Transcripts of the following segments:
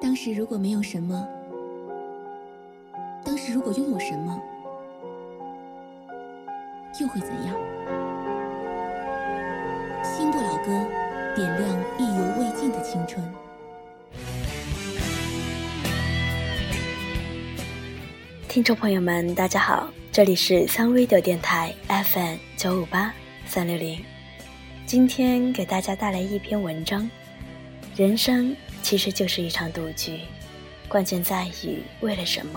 当时如果没有什么，当时如果拥有什么，又会怎样？新不老歌，点亮意犹未尽的青春。 听众朋友们大家好，这里是Sun Radio 电台 FM 958-360，今天给大家带来一篇文章，人生其实就是一场赌局，关键在于为了什么。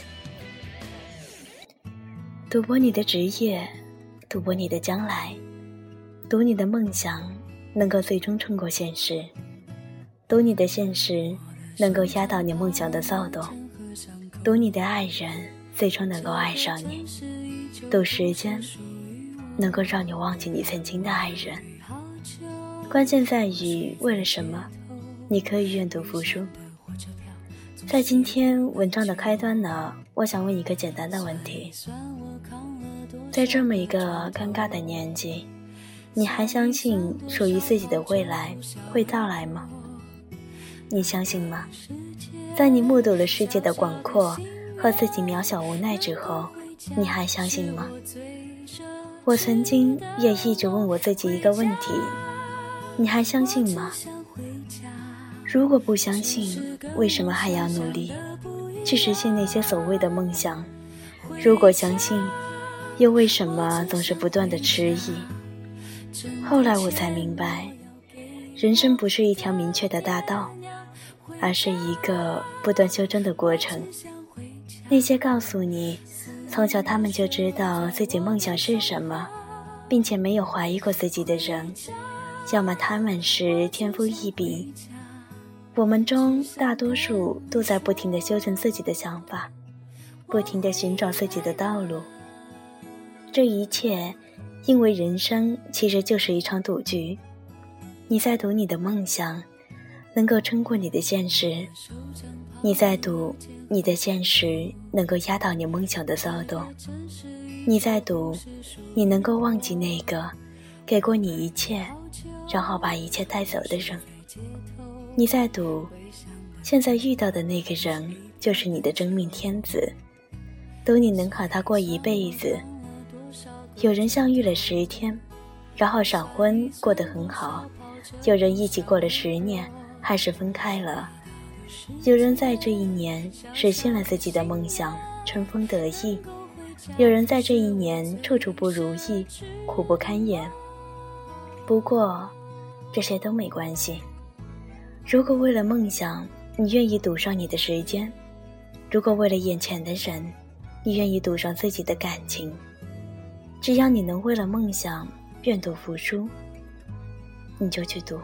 赌博你的职业，赌博你的将来，赌你的梦想能够最终冲过现实，赌你的现实能够压倒你梦想的躁动，赌你的爱人最终能够爱上你，赌时间能够让你忘记你曾经的爱人。关键在于为了什么，你可以愿赌服输。在今天文章的开端呢，我想问一个简单的问题，在这么一个尴尬的年纪，你还相信属于自己的未来会到来吗？你相信吗？在你目睹了世界的广阔和自己渺小无奈之后，你还相信吗？我曾经也一直问我自己一个问题，你还相信吗？如果不相信，为什么还要努力去实现那些所谓的梦想？如果相信，又为什么总是不断的迟疑？后来我才明白，人生不是一条明确的大道，而是一个不断修正的过程。那些告诉你从小他们就知道自己梦想是什么，并且没有怀疑过自己的人，要么他们是天赋异禀，我们中大多数都在不停地修正自己的想法，不停地寻找自己的道路。这一切因为人生其实就是一场赌局，你在赌你的梦想能够撑过你的现实，你在赌你的现实能够压倒你梦想的骚动，你在赌你能够忘记那个给过你一切然后把一切带走的人，你在赌现在遇到的那个人就是你的真命天子，赌你能和他过一辈子。有人相遇了10天，然后闪婚过得很好，有人一起过了10年还是分开了，有人在这一年实现了自己的梦想，春风得意，有人在这一年处处不如意，苦不堪言。不过这些都没关系，如果为了梦想你愿意赌上你的时间，如果为了眼前的人你愿意赌上自己的感情，只要你能为了梦想愿赌服输，你就去赌。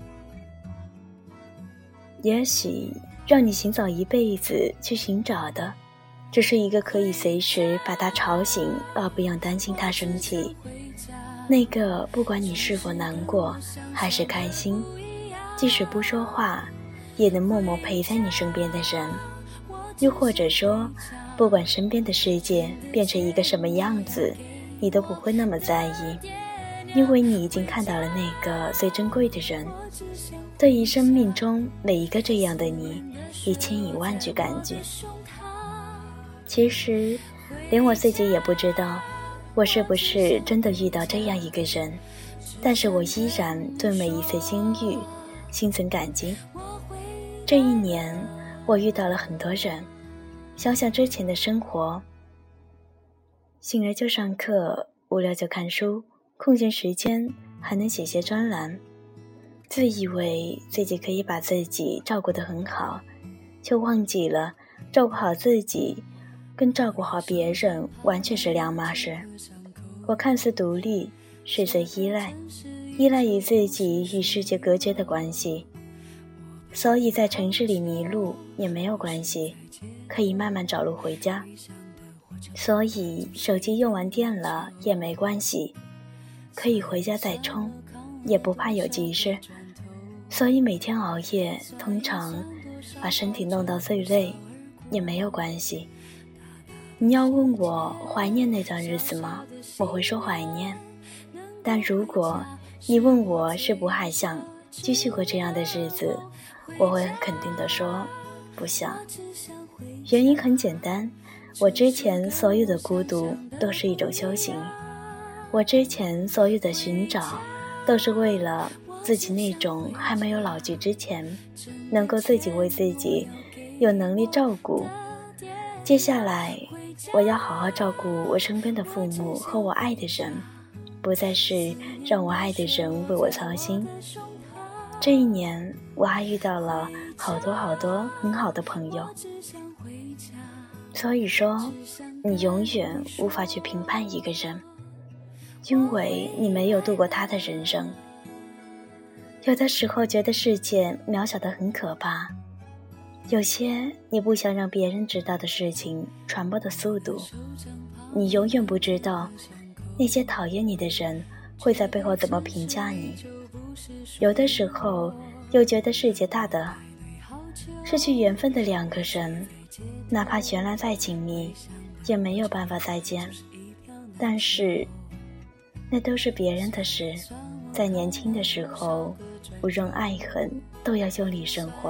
也许让你行走一辈子去寻找的，只是一个可以随时把他吵醒而不用担心他生气，那个不管你是否难过还是开心，即使不说话也能默默陪在你身边的人。又或者说，不管身边的世界变成一个什么样子，你都不会那么在意，因为你已经看到了那个最珍贵的人。对于生命中每一个这样的你，1000亿万句感激。其实连我自己也不知道我是不是真的遇到这样一个人，但是我依然对每一次相遇心存感激。这一年我遇到了很多人，想想之前的生活，醒来就上课，无聊就看书，空闲时间还能写些专栏，自以为自己可以把自己照顾得很好，却忘记了照顾好自己跟照顾好别人完全是两码事。我看似独立，实则依赖于自己与世界隔绝的关系，所以在城市里迷路也没有关系，可以慢慢找路回家。所以手机用完电了也没关系，可以回家再充，也不怕有急事。所以每天熬夜，通常把身体弄到最累也没有关系。你要问我怀念那段日子吗？我会说怀念。但如果你问我是不还想继续过这样的日子，我会很肯定地说不想。原因很简单，我之前所有的孤独都是一种修行，我之前所有的寻找都是为了自己那种还没有老去之前能够自己为自己有能力照顾。接下来我要好好照顾我身边的父母和我爱的人，不再是让我爱的人为我操心。这一年我还遇到了好多很好的朋友，所以说你永远无法去评判一个人，因为你没有度过他的人生。有的时候觉得世界渺小得很可怕，有些你不想让别人知道的事情传播的速度，你永远不知道那些讨厌你的人会在背后怎么评价你。有的时候又觉得世界大的失去缘分的两个人，哪怕原来再亲密也没有办法再见，但是那都是别人的事。在年轻的时候，无论爱恨都要用力生活。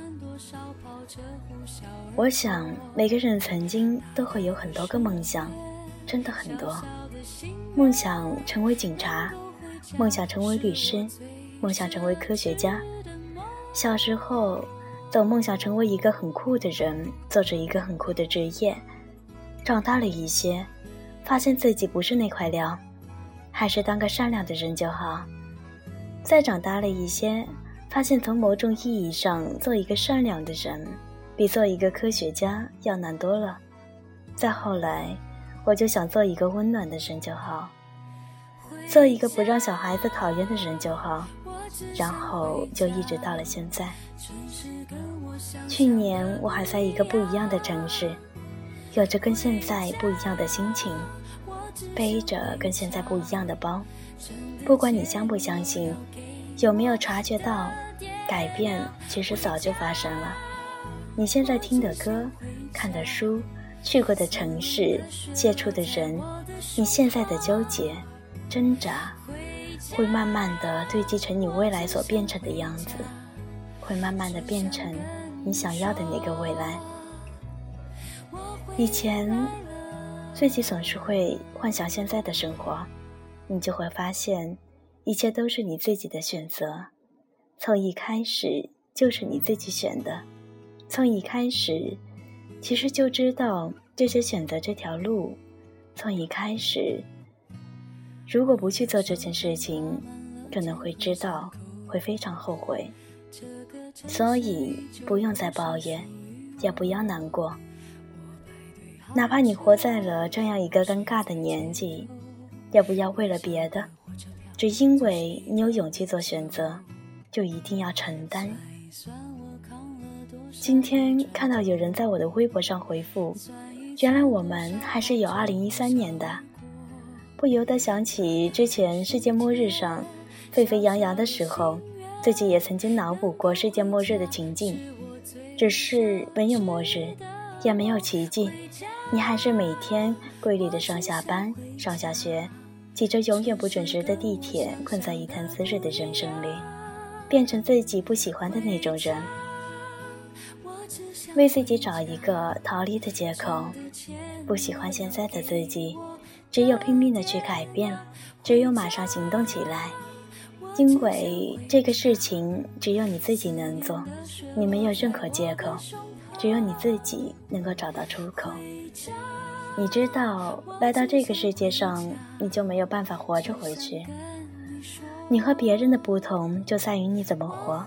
我想每个人曾经都会有很多个梦想，真的很多。梦想成为警察，梦想成为律师，梦想成为科学家。小时候总梦想成为一个很酷的人，做着一个很酷的职业。长大了一些，发现自己不是那块料，还是当个善良的人就好。再长大了一些，发现从某种意义上做一个善良的人比做一个科学家要难多了。再后来我就想做一个温暖的人就好，做一个不让小孩子讨厌的人就好，然后就一直到了现在。去年我还在一个不一样的城市，有着跟现在不一样的心情，背着跟现在不一样的包。不管你相不相信，有没有察觉到改变其实早就发生了。你现在听的歌，看的书，去过的城市，接触的人，你现在的纠结挣扎，会慢慢的堆积成你未来所变成的样子，会慢慢的变成你想要的那个未来。以前自己总是会幻想现在的生活，你就会发现一切都是你自己的选择，从一开始就是你自己选的，从一开始其实就知道就是选择这条路，从一开始如果不去做这件事情，可能会知道会非常后悔。所以不用再抱怨，也不要难过，哪怕你活在了这样一个尴尬的年纪，也不要为了别的，只因为你有勇气做选择，就一定要承担。今天看到有人在我的微博上回复，原来我们还是有2013年的，不由得想起之前世界末日上沸沸扬扬的时候，自己也曾经脑补过世界末日的情境，只是没有末日，也没有奇迹，你还是每天规律的上下班上下学，挤着永远不准时的地铁，困在一潭死水的人生里，变成自己不喜欢的那种人，为自己找一个逃离的借口。不喜欢现在的自己，只有拼命的去改变，只有马上行动起来，因为这个事情只有你自己能做，你没有任何借口，只有你自己能够找到出口。你知道来到这个世界上，你就没有办法活着回去，你和别人的不同就在于你怎么活。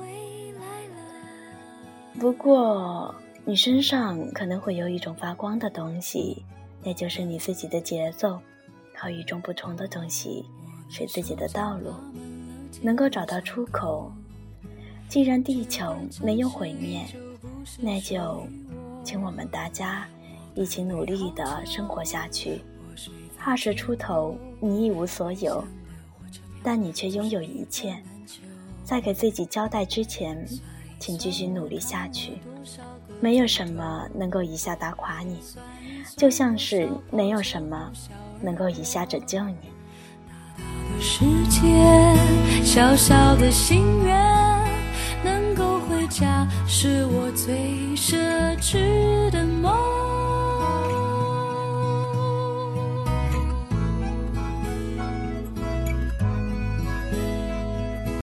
不过你身上可能会有一种发光的东西，那就是你自己的节奏，和与众不同的东西是自己的道路，能够找到出口。既然地球没有毁灭，那就请我们大家一起努力地生活下去。20出头，你一无所有，但你却拥有一切。在给自己交代之前，请继续努力下去。没有什么能够一下打垮你，就像是没有什么能够一下拯救你。 世界小小的心愿家，是我最奢侈